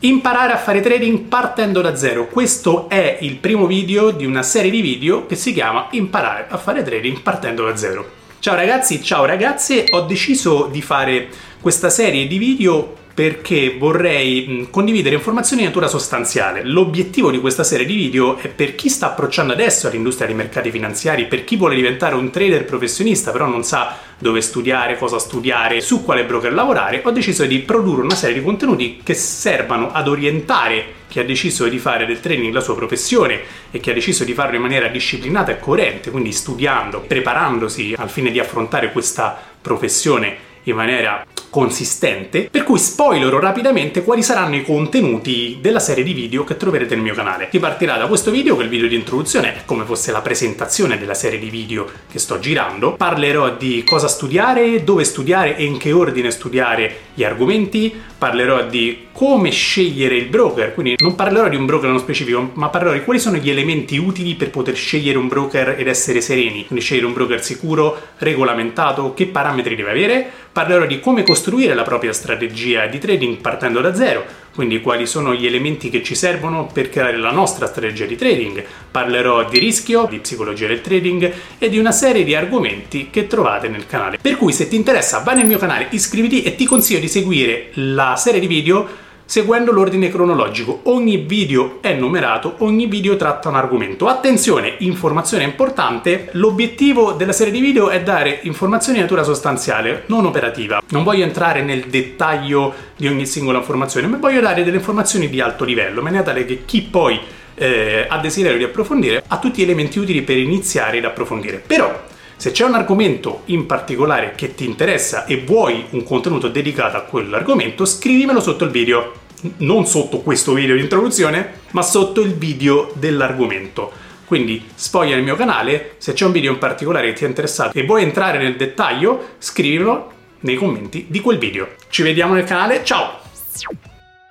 Imparare a fare trading partendo da zero. Questo è il primo video di una serie di video che si chiama Imparare a fare trading partendo da zero. Ciao ragazzi, ciao ragazze, ho deciso di fare questa serie di video perché vorrei condividere informazioni di natura sostanziale. L'obiettivo di questa serie di video è per chi sta approcciando adesso all'industria dei mercati finanziari, per chi vuole diventare un trader professionista però non sa dove studiare, cosa studiare, su quale broker lavorare. Ho deciso di produrre una serie di contenuti che servano ad orientare chi ha deciso di fare del trading la sua professione e chi ha deciso di farlo in maniera disciplinata e coerente, quindi studiando, preparandosi al fine di affrontare questa professione in maniera consistente, per cui spoilerò rapidamente quali saranno i contenuti della serie di video che troverete nel mio canale. Si partirà da questo video, che è il video di introduzione, è come fosse la presentazione della serie di video che sto girando. Parlerò di cosa studiare, dove studiare e in che ordine studiare gli argomenti. Parlerò di come scegliere il broker, quindi non parlerò di un broker nello specifico, ma parlerò di quali sono gli elementi utili per poter scegliere un broker ed essere sereni, quindi scegliere un broker sicuro, regolamentato, che parametri deve avere. Parlerò di come costruire la propria strategia di trading partendo da zero, quindi quali sono gli elementi che ci servono per creare la nostra strategia di trading. Parlerò di rischio, di psicologia del trading e di una serie di argomenti che trovate nel canale. Per cui se ti interessa vai nel mio canale, iscriviti e ti consiglio di seguire la serie di video seguendo l'ordine cronologico. Ogni video è numerato, ogni video tratta un argomento. Attenzione, informazione importante, l'obiettivo della serie di video è dare informazioni di natura sostanziale, non operativa. Non voglio entrare nel dettaglio di ogni singola informazione, ma voglio dare delle informazioni di alto livello, in maniera tale che chi poi ha desiderio di approfondire ha tutti gli elementi utili per iniziare ad approfondire. Però, se c'è un argomento in particolare che ti interessa e vuoi un contenuto dedicato a quell'argomento, scrivimelo sotto il video. Non sotto questo video di introduzione, ma sotto il video dell'argomento. Quindi sfoglia il mio canale, se c'è un video in particolare che ti è interessato e vuoi entrare nel dettaglio, scrivilo nei commenti di quel video. Ci vediamo nel canale, ciao!